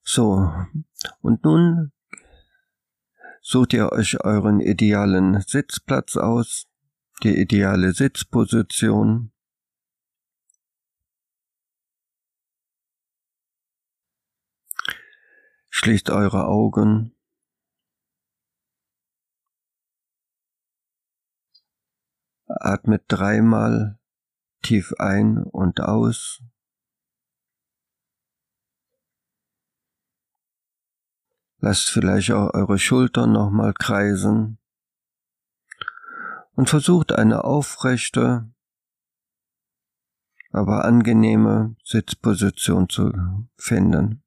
So, und nun sucht ihr euch euren idealen Sitzplatz aus, die ideale Sitzposition. Schließt eure Augen. Atmet 3-mal tief ein und aus. Lasst vielleicht auch eure Schultern nochmal kreisen und versucht eine aufrechte, aber angenehme Sitzposition zu finden.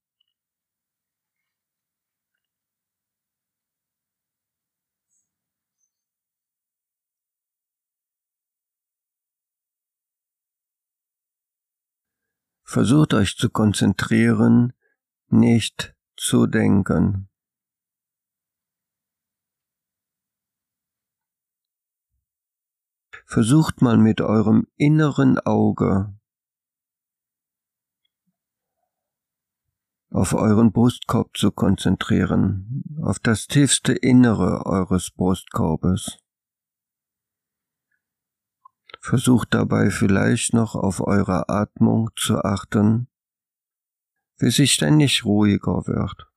Versucht euch zu konzentrieren, nicht zu denken. Versucht mal mit eurem inneren Auge auf euren Brustkorb zu konzentrieren, auf das tiefste Innere eures Brustkorbes. Versucht dabei vielleicht noch auf eure Atmung zu achten, wie sie ständig ruhiger wird.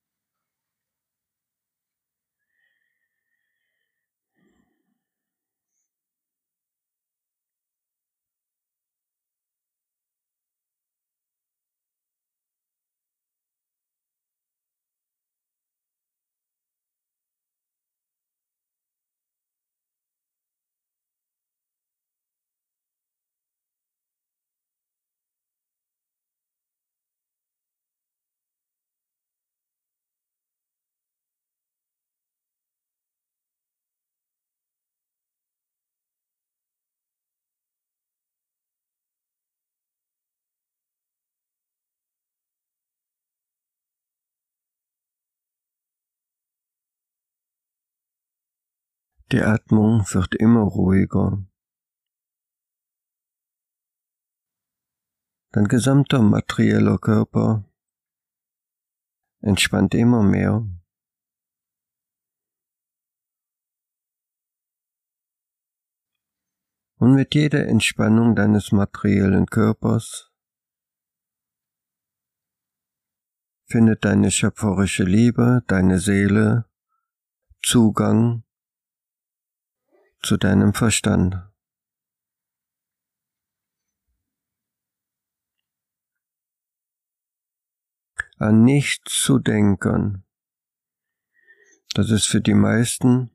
Die Atmung wird immer ruhiger. Dein gesamter materieller Körper entspannt immer mehr. Und mit jeder Entspannung deines materiellen Körpers findet deine schöpferische Liebe, deine Seele Zugang zu deinem Verstand. An nichts zu denken, das ist für die meisten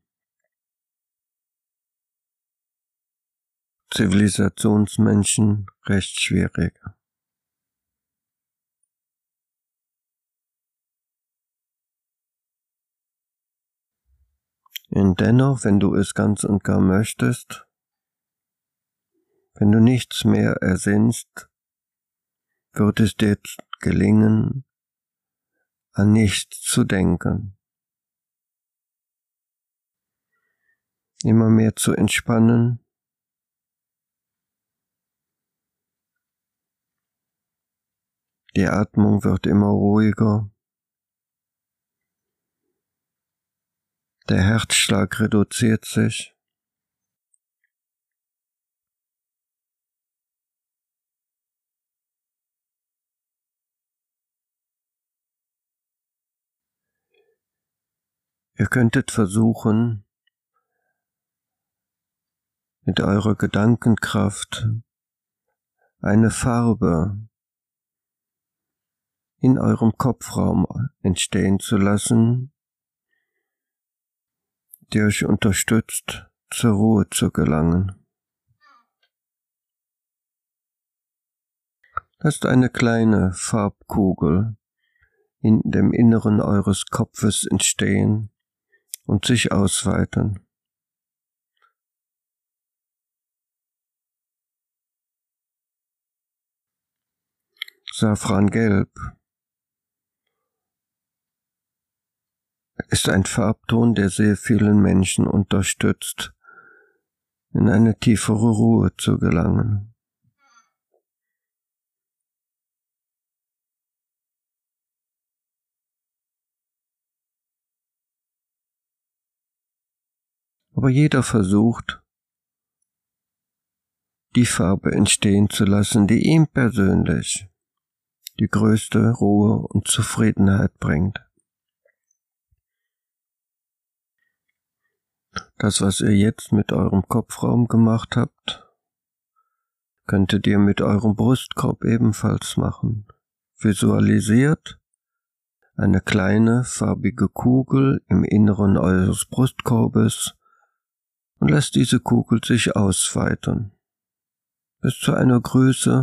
Zivilisationsmenschen recht schwierig. Und dennoch, wenn du es ganz und gar möchtest, wenn du nichts mehr ersinnst, wird es dir gelingen, an nichts zu denken. Immer mehr zu entspannen, die Atmung wird immer ruhiger, der Herzschlag reduziert sich. Ihr könntet versuchen, mit eurer Gedankenkraft eine Farbe in eurem Kopfraum entstehen zu lassen, die euch unterstützt, zur Ruhe zu gelangen. Lasst eine kleine Farbkugel in dem Inneren eures Kopfes entstehen und sich ausweiten. Safrangelb ist ein Farbton, der sehr vielen Menschen unterstützt, in eine tiefere Ruhe zu gelangen. Aber jeder versucht, die Farbe entstehen zu lassen, die ihm persönlich die größte Ruhe und Zufriedenheit bringt. Das, was ihr jetzt mit eurem Kopfraum gemacht habt, könntet ihr mit eurem Brustkorb ebenfalls machen. Visualisiert eine kleine farbige Kugel im Inneren eures Brustkorbes und lasst diese Kugel sich ausweiten bis zu einer Größe,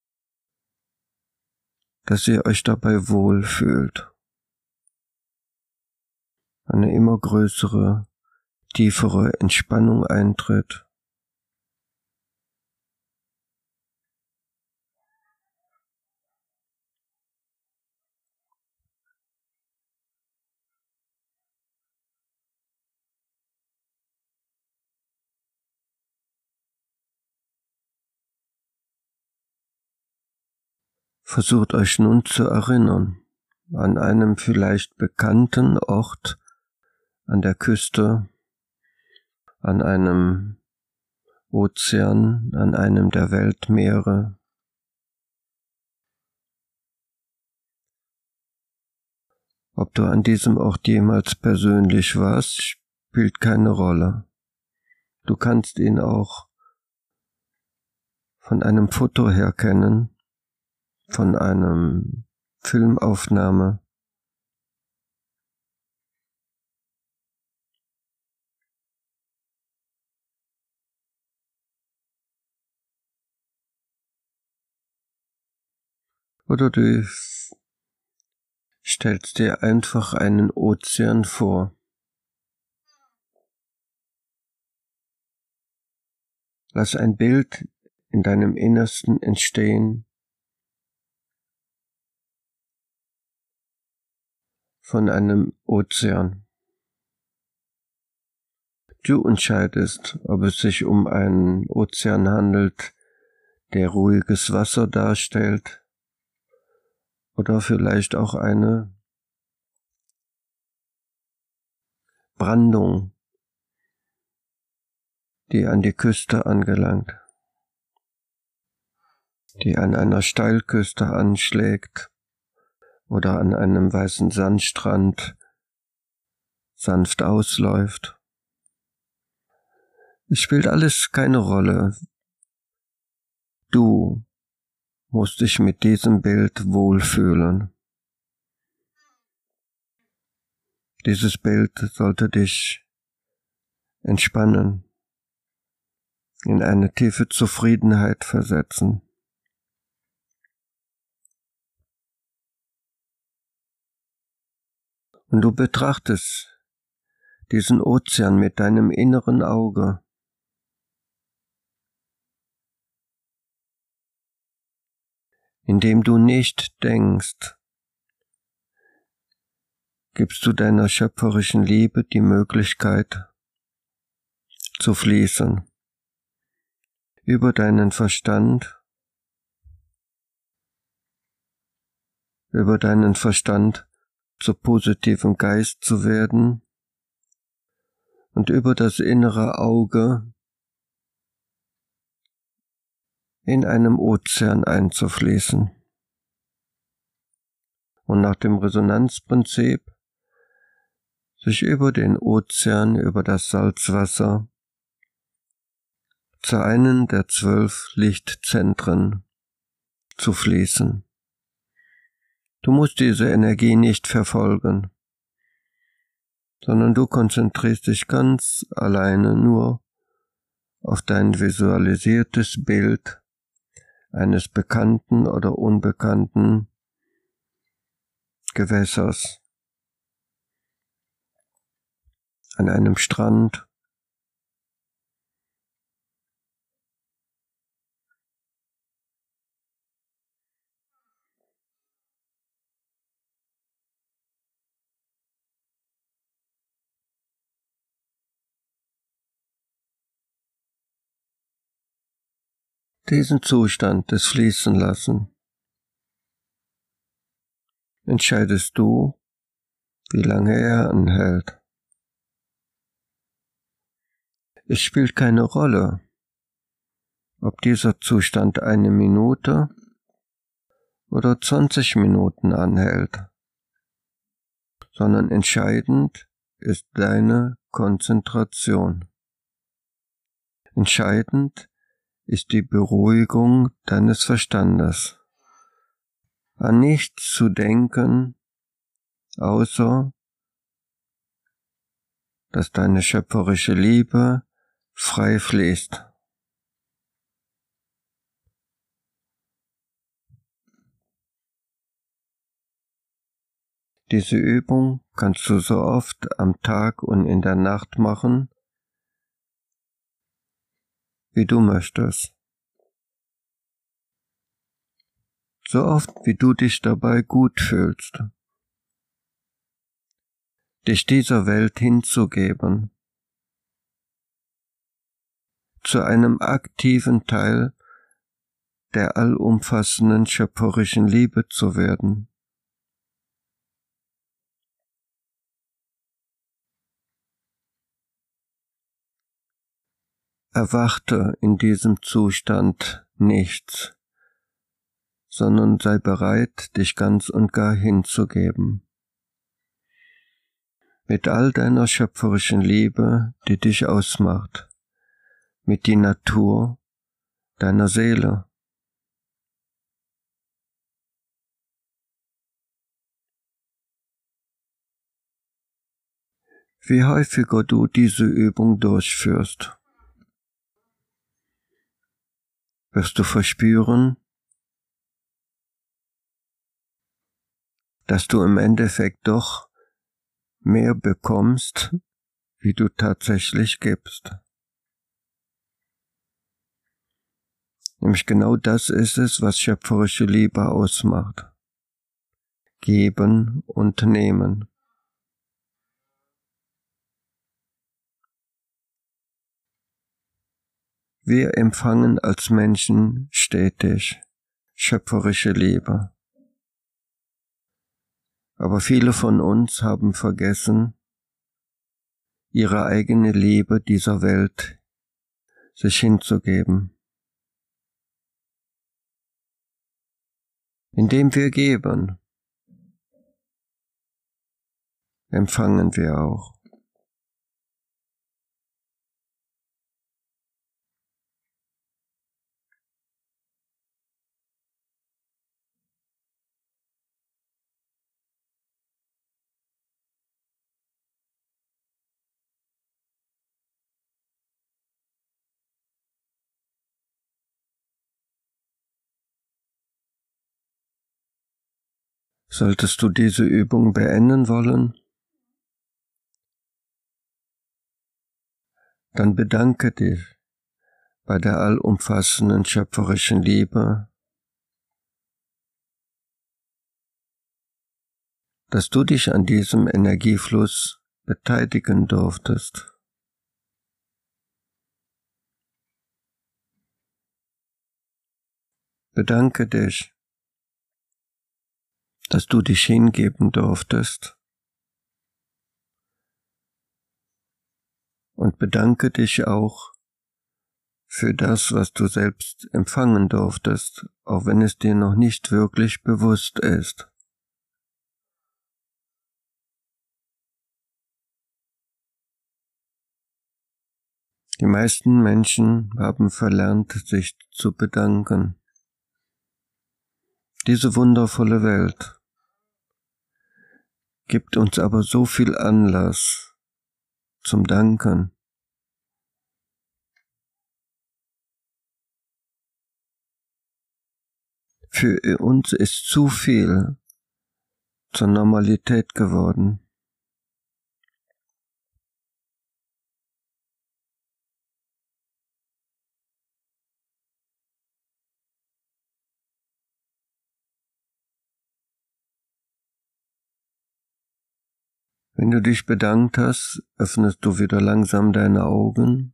dass ihr euch dabei wohlfühlt. Eine immer größere, tiefere Entspannung eintritt. Versucht euch nun zu erinnern an einem vielleicht bekannten Ort an der Küste, an einem Ozean, an einem der Weltmeere. Ob du an diesem Ort jemals persönlich warst, spielt keine Rolle. Du kannst ihn auch von einem Foto her kennen, von einem Filmaufnahme. Oder du stellst dir einfach einen Ozean vor. Lass ein Bild in deinem Innersten entstehen von einem Ozean. Du entscheidest, ob es sich um einen Ozean handelt, der ruhiges Wasser darstellt, oder vielleicht auch eine Brandung, die an die Küste angelangt, die an einer Steilküste anschlägt oder an einem weißen Sandstrand sanft ausläuft. Es spielt alles keine Rolle. Du musst dich mit diesem Bild wohlfühlen. Dieses Bild sollte dich entspannen, in eine tiefe Zufriedenheit versetzen. Und du betrachtest diesen Ozean mit deinem inneren Auge. Indem du nicht denkst, gibst du deiner schöpferischen Liebe die Möglichkeit zu fließen. Über deinen Verstand zu positivem Geist zu werden und über das innere Auge in einem Ozean einzufließen. Und nach dem Resonanzprinzip sich über den Ozean, über das Salzwasser zu einem der 12 Lichtzentren zu fließen. Du musst diese Energie nicht verfolgen, sondern du konzentrierst dich ganz alleine nur auf dein visualisiertes Bild eines bekannten oder unbekannten Gewässers, an einem Strand, diesen Zustand des Fließenlassen entscheidest du, wie lange er anhält. Es spielt keine Rolle, ob dieser Zustand 1 Minute oder 20 Minuten anhält, sondern entscheidend ist deine Konzentration. Entscheidend ist die Beruhigung deines Verstandes, an nichts zu denken, außer dass deine schöpferische Liebe frei fließt. Diese Übung kannst du so oft am Tag und in der Nacht machen, wie du möchtest. So oft, wie du dich dabei gut fühlst. Dich dieser Welt hinzugeben, zu einem aktiven Teil der allumfassenden schöpferischen Liebe zu werden. Erwarte in diesem Zustand nichts, sondern sei bereit, dich ganz und gar hinzugeben. Mit all deiner schöpferischen Liebe, die dich ausmacht, mit die Natur deiner Seele. Wie häufiger du diese Übung durchführst, wirst du verspüren, dass du im Endeffekt doch mehr bekommst, wie du tatsächlich gibst. Nämlich genau das ist es, was schöpferische Liebe ausmacht. Geben und nehmen. Wir empfangen als Menschen stetig schöpferische Liebe. Aber viele von uns haben vergessen, ihre eigene Liebe dieser Welt sich hinzugeben. Indem wir geben, empfangen wir auch. Solltest du diese Übung beenden wollen, dann bedanke dich bei der allumfassenden schöpferischen Liebe, dass du dich an diesem Energiefluss beteiligen durftest. Bedanke dich, dass du dich hingeben durftest. Und bedanke dich auch für das, was du selbst empfangen durftest, auch wenn es dir noch nicht wirklich bewusst ist. Die meisten Menschen haben verlernt, sich zu bedanken. Diese wundervolle Welt gibt uns aber so viel Anlass zum Danken. Für uns ist zu viel zur Normalität geworden. Wenn du dich bedankt hast, öffnest du wieder langsam deine Augen,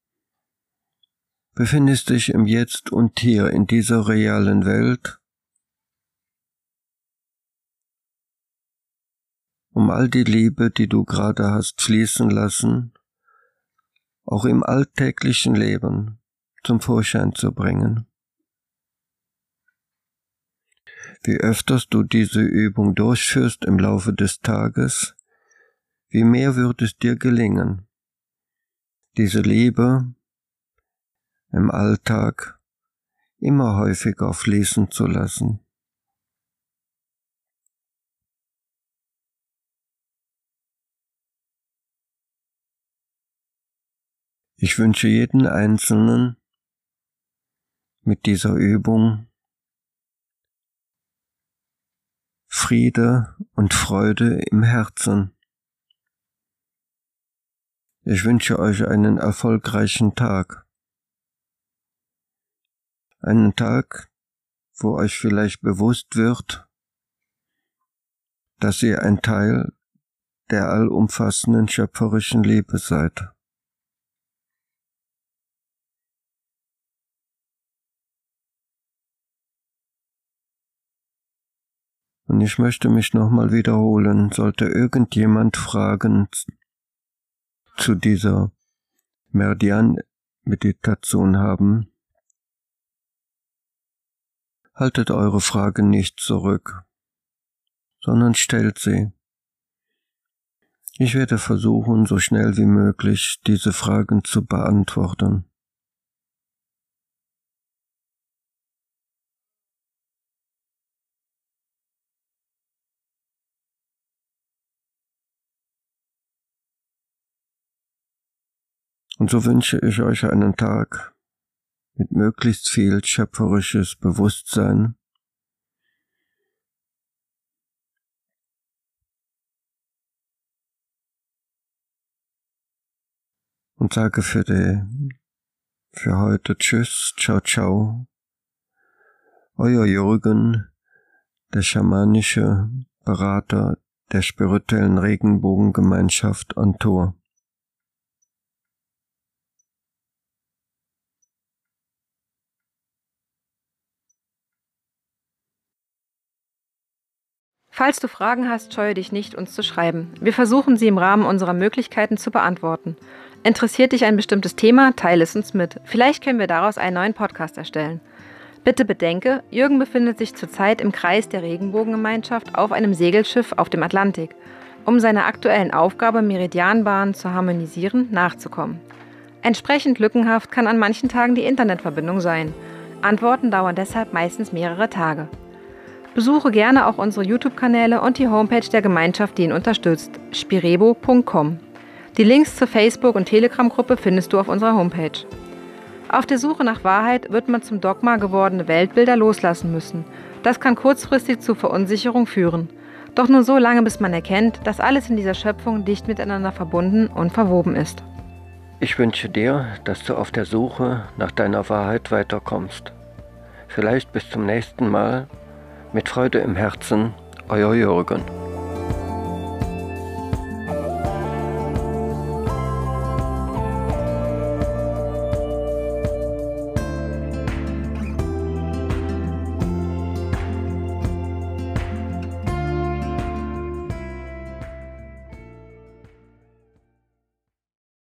befindest dich im Jetzt und Hier in dieser realen Welt, um all die Liebe, die du gerade hast fließen lassen, auch im alltäglichen Leben zum Vorschein zu bringen. Wie öfters du diese Übung durchführst im Laufe des Tages, wie mehr wird es dir gelingen, diese Liebe im Alltag immer häufiger fließen zu lassen. Ich wünsche jeden Einzelnen mit dieser Übung Friede und Freude im Herzen. Ich wünsche euch einen erfolgreichen Tag. Einen Tag, wo euch vielleicht bewusst wird, dass ihr ein Teil der allumfassenden schöpferischen Liebe seid. Und ich möchte mich nochmal wiederholen, sollte irgendjemand Fragen zu dieser Meridian-Meditation haben, haltet eure Frage nicht zurück, sondern stellt sie. Ich werde versuchen, so schnell wie möglich diese Fragen zu beantworten. Und so wünsche ich euch einen Tag mit möglichst viel schöpferisches Bewusstsein und sage für heute Tschüss, ciao, ciao. Euer Jürgen, der schamanische Berater der spirituellen Regenbogengemeinschaft on Tour. Falls du Fragen hast, scheue dich nicht, uns zu schreiben. Wir versuchen sie im Rahmen unserer Möglichkeiten zu beantworten. Interessiert dich ein bestimmtes Thema? Teile es uns mit. Vielleicht können wir daraus einen neuen Podcast erstellen. Bitte bedenke, Jürgen befindet sich zurzeit im Kreis der Regenbogengemeinschaft auf einem Segelschiff auf dem Atlantik, um seiner aktuellen Aufgabe, Meridianbahnen zu harmonisieren, nachzukommen. Entsprechend lückenhaft kann an manchen Tagen die Internetverbindung sein. Antworten dauern deshalb meistens mehrere Tage. Besuche gerne auch unsere YouTube-Kanäle und die Homepage der Gemeinschaft, die ihn unterstützt, spirebo.com. Die Links zur Facebook- und Telegram-Gruppe findest du auf unserer Homepage. Auf der Suche nach Wahrheit wird man zum Dogma gewordene Weltbilder loslassen müssen. Das kann kurzfristig zu Verunsicherung führen. Doch nur so lange, bis man erkennt, dass alles in dieser Schöpfung dicht miteinander verbunden und verwoben ist. Ich wünsche dir, dass du auf der Suche nach deiner Wahrheit weiterkommst. Vielleicht bis zum nächsten Mal. Mit Freude im Herzen, euer Jürgen.